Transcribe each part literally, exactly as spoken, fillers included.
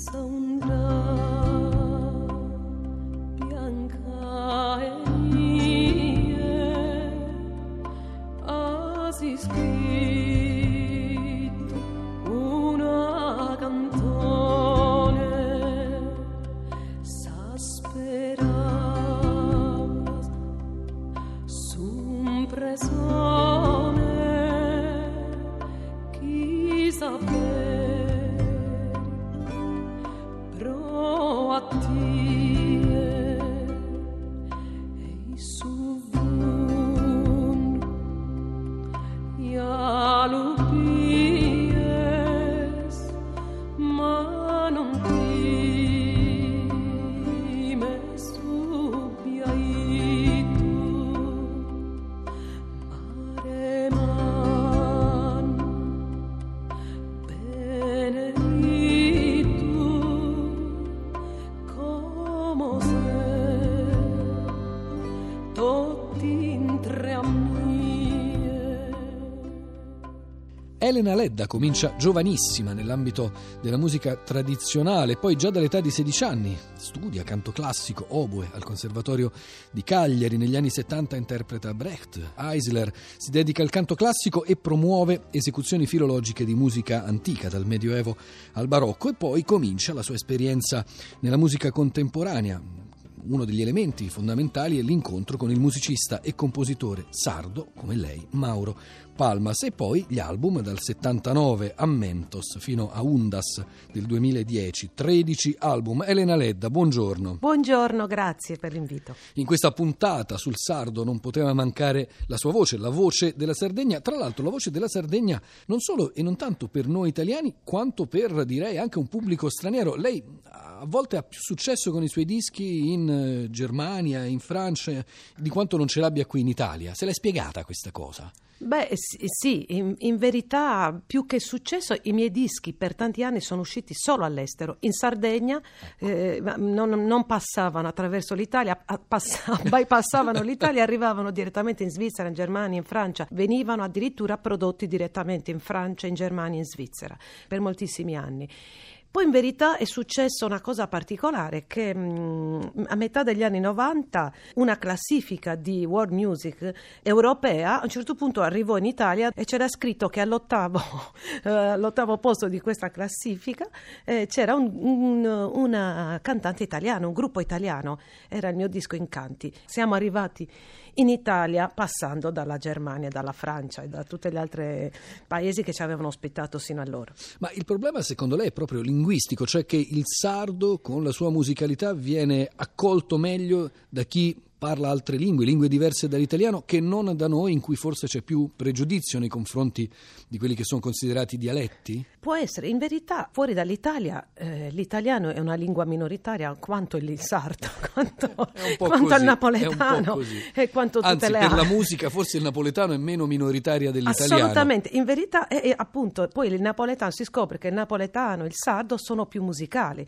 Elena Ledda comincia giovanissima nell'ambito della musica tradizionale, poi già dall'età di sedici anni studia canto classico, oboe al Conservatorio di Cagliari. Negli anni settanta interpreta Brecht, Eisler, si dedica al canto classico e promuove esecuzioni filologiche di musica antica, dal Medioevo al Barocco, e poi comincia la sua esperienza nella musica contemporanea. Uno degli elementi fondamentali è l'incontro con il musicista e compositore sardo, come lei, Mauro Palmas, e poi gli album dal settantanove a Mentos fino a Undas del duemiladieci, tredici album. Elena Ledda, buongiorno. Buongiorno, grazie per l'invito. In questa puntata sul sardo non poteva mancare la sua voce, la voce della Sardegna, tra l'altro la voce della Sardegna non solo e non tanto per noi italiani quanto per, direi, anche un pubblico straniero. Lei a volte ha più successo con i suoi dischi in Germania, in Francia, di quanto non ce l'abbia qui in Italia. Se l'è spiegata questa cosa? Beh sì, in, in verità più che successo i miei dischi per tanti anni sono usciti solo all'estero. In Sardegna eh, non, non passavano attraverso l'Italia, pass- bypassavano l'Italia, arrivavano direttamente in Svizzera, in Germania, in Francia, venivano addirittura prodotti direttamente in Francia, in Germania, in Svizzera per moltissimi anni. Poi in verità è successo una cosa particolare, che mh, a metà degli anni novanta una classifica di world music europea a un certo punto arrivò in Italia e c'era scritto che all'ottavo, eh, all'ottavo posto di questa classifica eh, c'era un, un, una cantante italiana, un gruppo italiano, era il mio disco Incanti. Siamo arrivati in Italia passando dalla Germania, dalla Francia e da tutti gli altri paesi che ci avevano ospitato sino allora. Ma il problema secondo lei è proprio linguistico, cioè che il sardo con la sua musicalità viene accolto meglio da chi parla altre lingue, lingue diverse dall'italiano, che non da noi, in cui forse c'è più pregiudizio nei confronti di quelli che sono considerati dialetti? Può essere, in verità fuori dall'Italia eh, l'italiano è una lingua minoritaria quanto il sardo, quanto, quanto così, il napoletano e quanto tutte Anzi, le per altre. la musica forse il napoletano è meno minoritaria dell'italiano. Assolutamente, in verità è, è, appunto poi il napoletano, si scopre che il napoletano e il sardo sono più musicali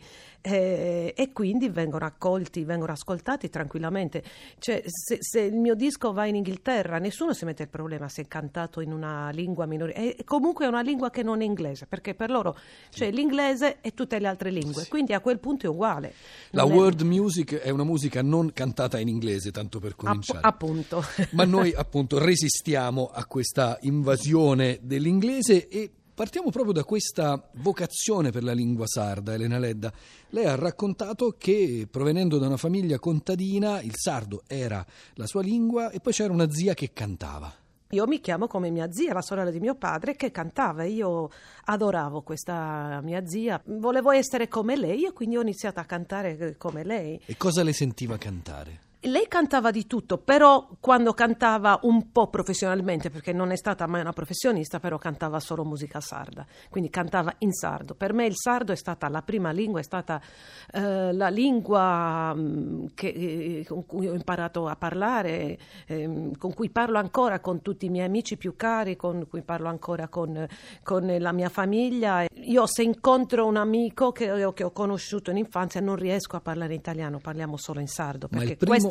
eh, e quindi vengono accolti, vengono ascoltati tranquillamente. Cioè, se, se il mio disco va in Inghilterra, nessuno si mette il problema se è cantato in una lingua minore, e comunque è una lingua che non è inglese, perché per loro cioè l'inglese e tutte le altre lingue, sì. Quindi a quel punto è uguale. La non world è... music è una musica non cantata in inglese, tanto per cominciare. App- appunto. Ma noi appunto resistiamo a questa invasione dell'inglese e partiamo proprio da questa vocazione per la lingua sarda. Elena Ledda, lei ha raccontato che provenendo da una famiglia contadina il sardo era la sua lingua e poi c'era una zia che cantava. Io mi chiamo come mia zia, la sorella di mio padre, che cantava. Io adoravo questa mia zia, volevo essere come lei e quindi ho iniziato a cantare come lei. E cosa le sentiva cantare? Lei cantava di tutto, però quando cantava un po' professionalmente, perché non è stata mai una professionista, però cantava solo musica sarda, quindi cantava in sardo. Per me il sardo è stata la prima lingua, è stata eh, la lingua mh, che, eh, con cui ho imparato a parlare, eh, con cui parlo ancora con tutti i miei amici più cari, con cui parlo ancora con, con la mia famiglia. Io se incontro un amico che, che ho conosciuto in infanzia non riesco a parlare in italiano, parliamo solo in sardo, perché primo... questa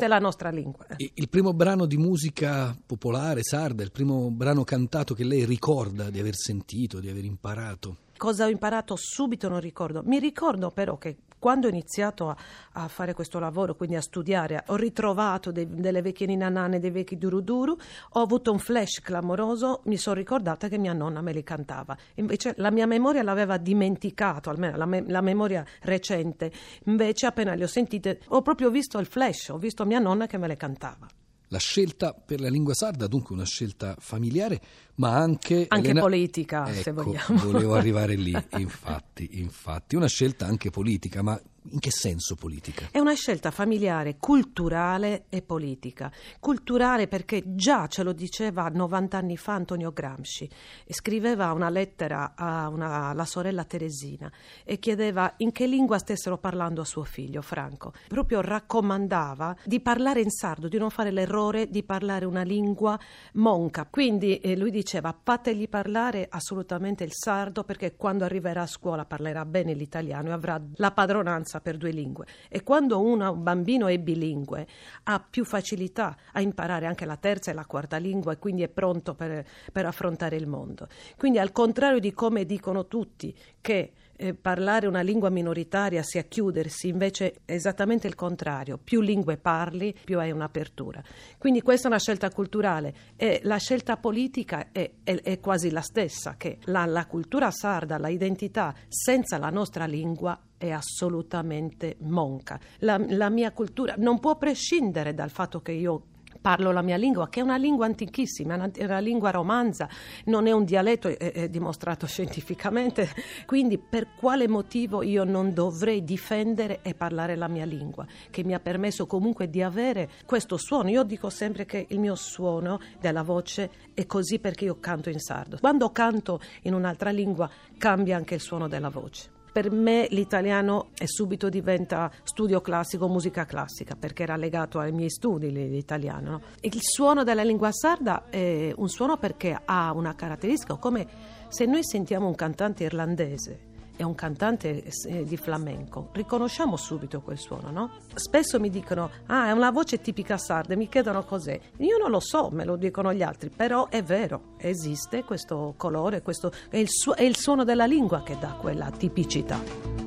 della nostra lingua. Il primo brano di musica popolare sarda, il primo brano cantato che lei ricorda di aver sentito, di aver imparato? Cosa ho imparato subito non ricordo. Mi ricordo però che quando ho iniziato a, a fare questo lavoro, quindi a studiare, ho ritrovato dei, delle vecchie ninanane, dei vecchi duruduru, ho avuto un flash clamoroso, mi sono ricordata che mia nonna me li cantava. Invece la mia memoria l'aveva dimenticato, almeno la, me, la memoria recente. Invece appena le ho sentite ho proprio visto il flash, ho visto mia nonna che me le cantava. La scelta per la lingua sarda, dunque una scelta familiare, ma anche... Anche Elena... politica, ecco, se vogliamo. Volevo arrivare lì, infatti, infatti. Una scelta anche politica, ma in che senso politica? È una scelta familiare, culturale e politica. Culturale perché già ce lo diceva novanta anni fa Antonio Gramsci. Scriveva una lettera a una, alla sorella Teresina e chiedeva in che lingua stessero parlando a suo figlio Franco. Proprio raccomandava di parlare in sardo, di non fare l'errore di parlare una lingua monca. Quindi eh, lui diceva fategli parlare assolutamente il sardo, perché quando arriverà a scuola parlerà bene l'italiano e avrà la padronanza per due lingue. E quando uno, un bambino è bilingue ha più facilità a imparare anche la terza e la quarta lingua e quindi è pronto per, per affrontare il mondo. Quindi al contrario di come dicono tutti che Eh, parlare una lingua minoritaria sia chiudersi, invece è esattamente il contrario. Più lingue parli, più hai un'apertura. Quindi questa è una scelta culturale e la scelta politica è, è, è quasi la stessa, che la, la cultura sarda, la identità senza la nostra lingua è assolutamente monca. La, la mia cultura non può prescindere dal fatto che io parlo la mia lingua, che è una lingua antichissima, è una lingua romanza, non è un dialetto, è, è dimostrato scientificamente. Quindi per quale motivo io non dovrei difendere e parlare la mia lingua, che mi ha permesso comunque di avere questo suono? Io dico sempre che il mio suono della voce è così perché io canto in sardo. Quando canto in un'altra lingua cambia anche il suono della voce. Per me l'italiano è subito diventa studio classico, musica classica, perché era legato ai miei studi l'italiano, no? Il suono della lingua sarda è un suono perché ha una caratteristica, come se noi sentiamo un cantante irlandese e un cantante di flamenco, riconosciamo subito quel suono, no? Spesso mi dicono, ah, è una voce tipica sarda, e mi chiedono cos'è. Io non lo so, me lo dicono gli altri, però è vero, esiste questo colore, questo è il, su- è il suono della lingua che dà quella tipicità.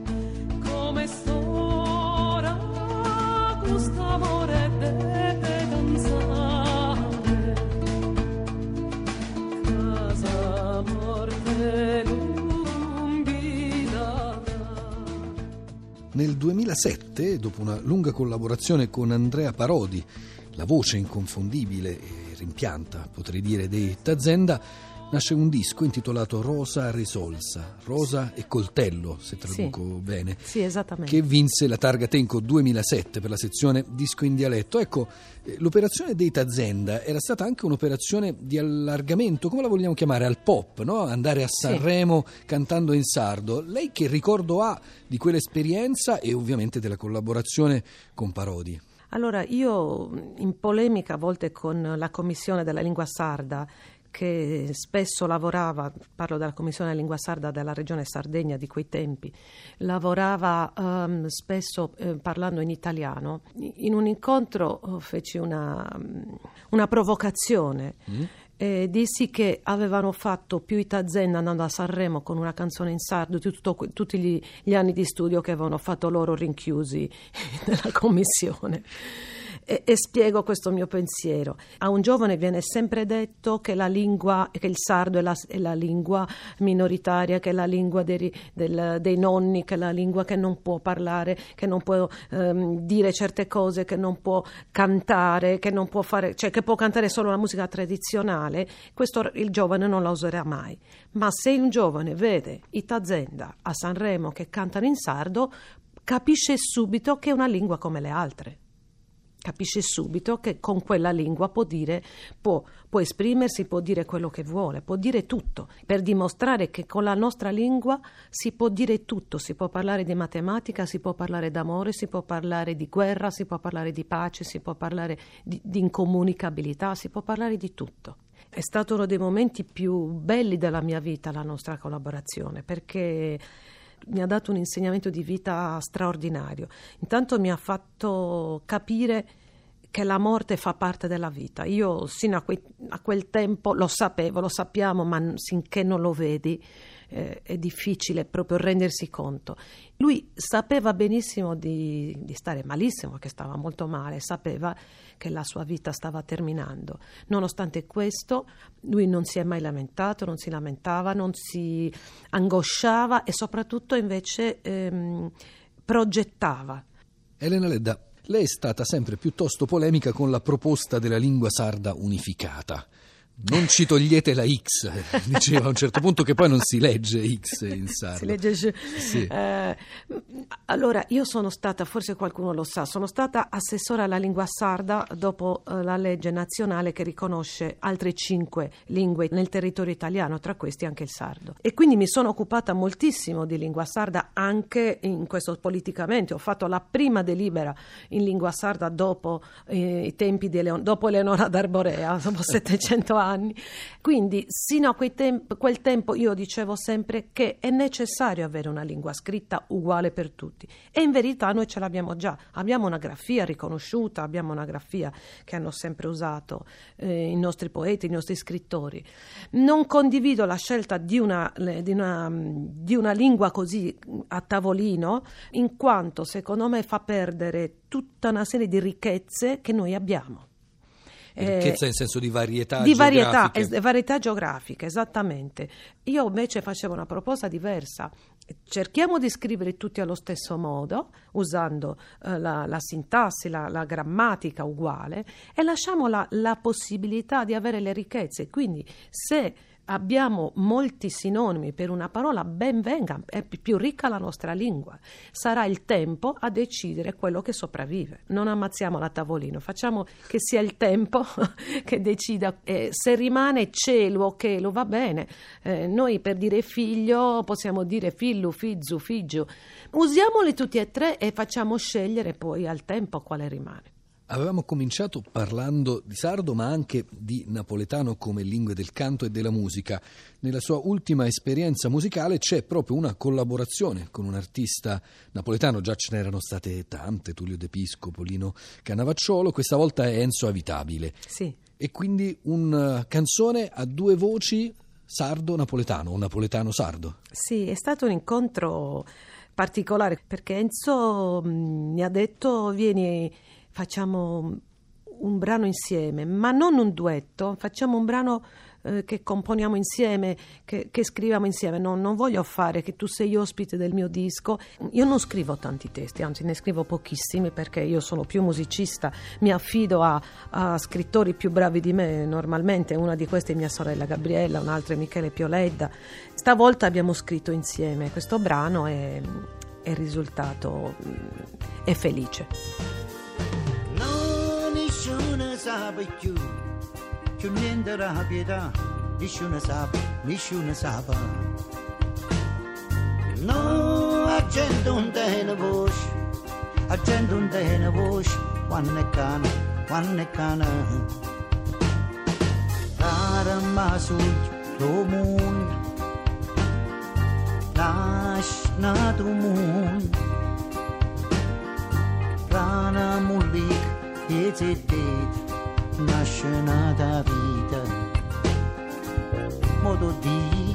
Come sora questo amore deve danzare, casa morte. Nel duemilasette, dopo una lunga collaborazione con Andrea Parodi, la voce inconfondibile e rimpianta, potrei dire, dei Tazenda, nasce un disco intitolato Rosa Risolsa, Rosa e Coltello, se traduco sì. bene, sì, esattamente. Che vinse la Targa Tenco duemilasette per la sezione disco in dialetto. Ecco, l'operazione dei Tazenda era stata anche un'operazione di allargamento, come la vogliamo chiamare, al pop, no? Andare a Sanremo sì. cantando in sardo. Lei che ricordo ha di quell'esperienza e ovviamente della collaborazione con Parodi? Allora, io in polemica a volte con la Commissione della Lingua Sarda, che spesso lavorava, parlo della Commissione della Lingua Sarda della Regione Sardegna di quei tempi, lavorava um, spesso eh, parlando in italiano. In un incontro oh, feci una, una provocazione. Mm. E dissi che avevano fatto più i Tazenda andando a Sanremo con una canzone in sardo di tutto, tutti gli, gli anni di studio che avevano fatto loro rinchiusi nella commissione. E, e spiego questo mio pensiero. A un giovane viene sempre detto che la lingua, che il sardo è la, è la lingua minoritaria, che è la lingua dei, del, dei nonni, che è la lingua che non può parlare, che non può um, dire certe cose, che non può cantare, che non può fare, cioè che può cantare solo la musica tradizionale. Questo il giovane non la userà mai. Ma se un giovane vede i Tazenda a Sanremo che cantano in sardo, capisce subito che è una lingua come le altre. Capisce subito che con quella lingua può dire, può, può esprimersi, può dire quello che vuole, può dire tutto, per dimostrare che con la nostra lingua si può dire tutto, si può parlare di matematica, si può parlare d'amore, si può parlare di guerra, si può parlare di pace, si può parlare di, di incomunicabilità, si può parlare di tutto. È stato uno dei momenti più belli della mia vita la nostra collaborazione, perché mi ha dato un insegnamento di vita straordinario. Intanto mi ha fatto capire che la morte fa parte della vita. Io sino a, quei, a quel tempo lo sapevo, lo sappiamo, ma finché non lo vedi eh, è difficile proprio rendersi conto. Lui sapeva benissimo di, di stare malissimo, che stava molto male, sapeva che la sua vita stava terminando. Nonostante questo, lui non si è mai lamentato, non si lamentava, non si angosciava e soprattutto invece ehm, progettava. Elena Ledda, lei è stata sempre piuttosto polemica con la proposta della lingua sarda unificata. Non ci togliete la X, diceva a un certo punto, che poi non si legge X in sardo. Si legge J. Sì. Eh, allora, io sono stata, forse qualcuno lo sa, sono stata assessora alla lingua sarda dopo eh, la legge nazionale che riconosce altre cinque lingue nel territorio italiano, tra questi anche il sardo. E quindi mi sono occupata moltissimo di lingua sarda anche in questo politicamente. Ho fatto la prima delibera in lingua sarda dopo eh, i tempi di Eleon- dopo Eleonora d'Arborea, dopo settecento anni. Quindi sino a quei temp- quel tempo io dicevo sempre che è necessario avere una lingua scritta uguale per tutti, e in verità noi ce l'abbiamo già, abbiamo una grafia riconosciuta, abbiamo una grafia che hanno sempre usato eh, i nostri poeti, i nostri scrittori. Non condivido la scelta di una, di una, di una lingua così a tavolino, in quanto secondo me fa perdere tutta una serie di ricchezze che noi abbiamo. Ricchezza in senso di varietà di geografiche. varietà, es- varietà geografiche, esattamente. Io invece facevo una proposta diversa. Cerchiamo di scrivere tutti allo stesso modo, usando eh, la, la sintassi, la, la grammatica uguale, e lasciamo la, la possibilità di avere le ricchezze. Quindi se abbiamo molti sinonimi per una parola, ben venga, è più ricca la nostra lingua. Sarà il tempo a decidere quello che sopravvive. Non ammazziamo la tavolino, facciamo che sia il tempo che decida. Eh, se rimane cielo o chelo va bene. Eh, noi per dire figlio possiamo dire fillu, fizzu, figgio. Usiamoli tutti e tre e facciamo scegliere poi al tempo quale rimane. Avevamo cominciato parlando di sardo, ma anche di napoletano come lingue del canto e della musica. Nella sua ultima esperienza musicale c'è proprio una collaborazione con un artista napoletano, già ce n'erano state tante, Tullio De Pisco, Polino Cannavacciolo, questa volta è Enzo Avitabile. Sì. E quindi una canzone a due voci, sardo-napoletano, o napoletano-sardo. Sì, è stato un incontro particolare, perché Enzo mh, mi ha detto vieni... facciamo un brano insieme, ma non un duetto, facciamo un brano eh, che componiamo insieme, che, che scriviamo insieme. No, non voglio fare che tu sei ospite del mio disco. Io non scrivo tanti testi, anzi ne scrivo pochissimi, perché io sono più musicista, mi affido a, a scrittori più bravi di me normalmente. Una di queste è mia sorella Gabriella, un'altra è Michele Pioledda. Stavolta abbiamo scritto insieme questo brano e, e il risultato è felice. Nessuno sa più, più niente la pietà, nessuno sa, nessuno sa. No, la gente non tiene voce, la gente non tiene voce, quando è cane, quando è cane. Rara ma sul tuo mondo, lascia tu mondo, rana mullica. E se te nasce nata vita, modo di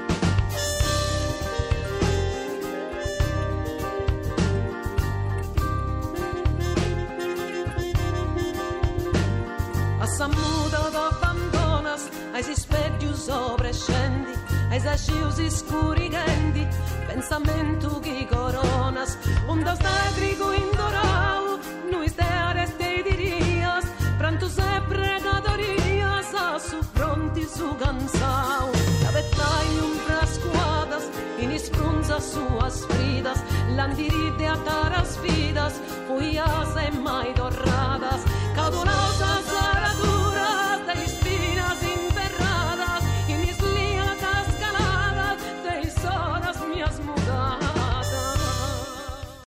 a Sammuta t'abbandonas, ai si specchi sopra e scendi, ai sasciusi scurighendi, pensamento che coronas, un da sacrico indorau, noi stai resti dirias, pranto sempre catorias, a su fronti su cansau, la vettai un frasquadas, in isprunza suas fridas, l'andiride a taras vidas, fuias e mai torradas, cadurosa sarà tu.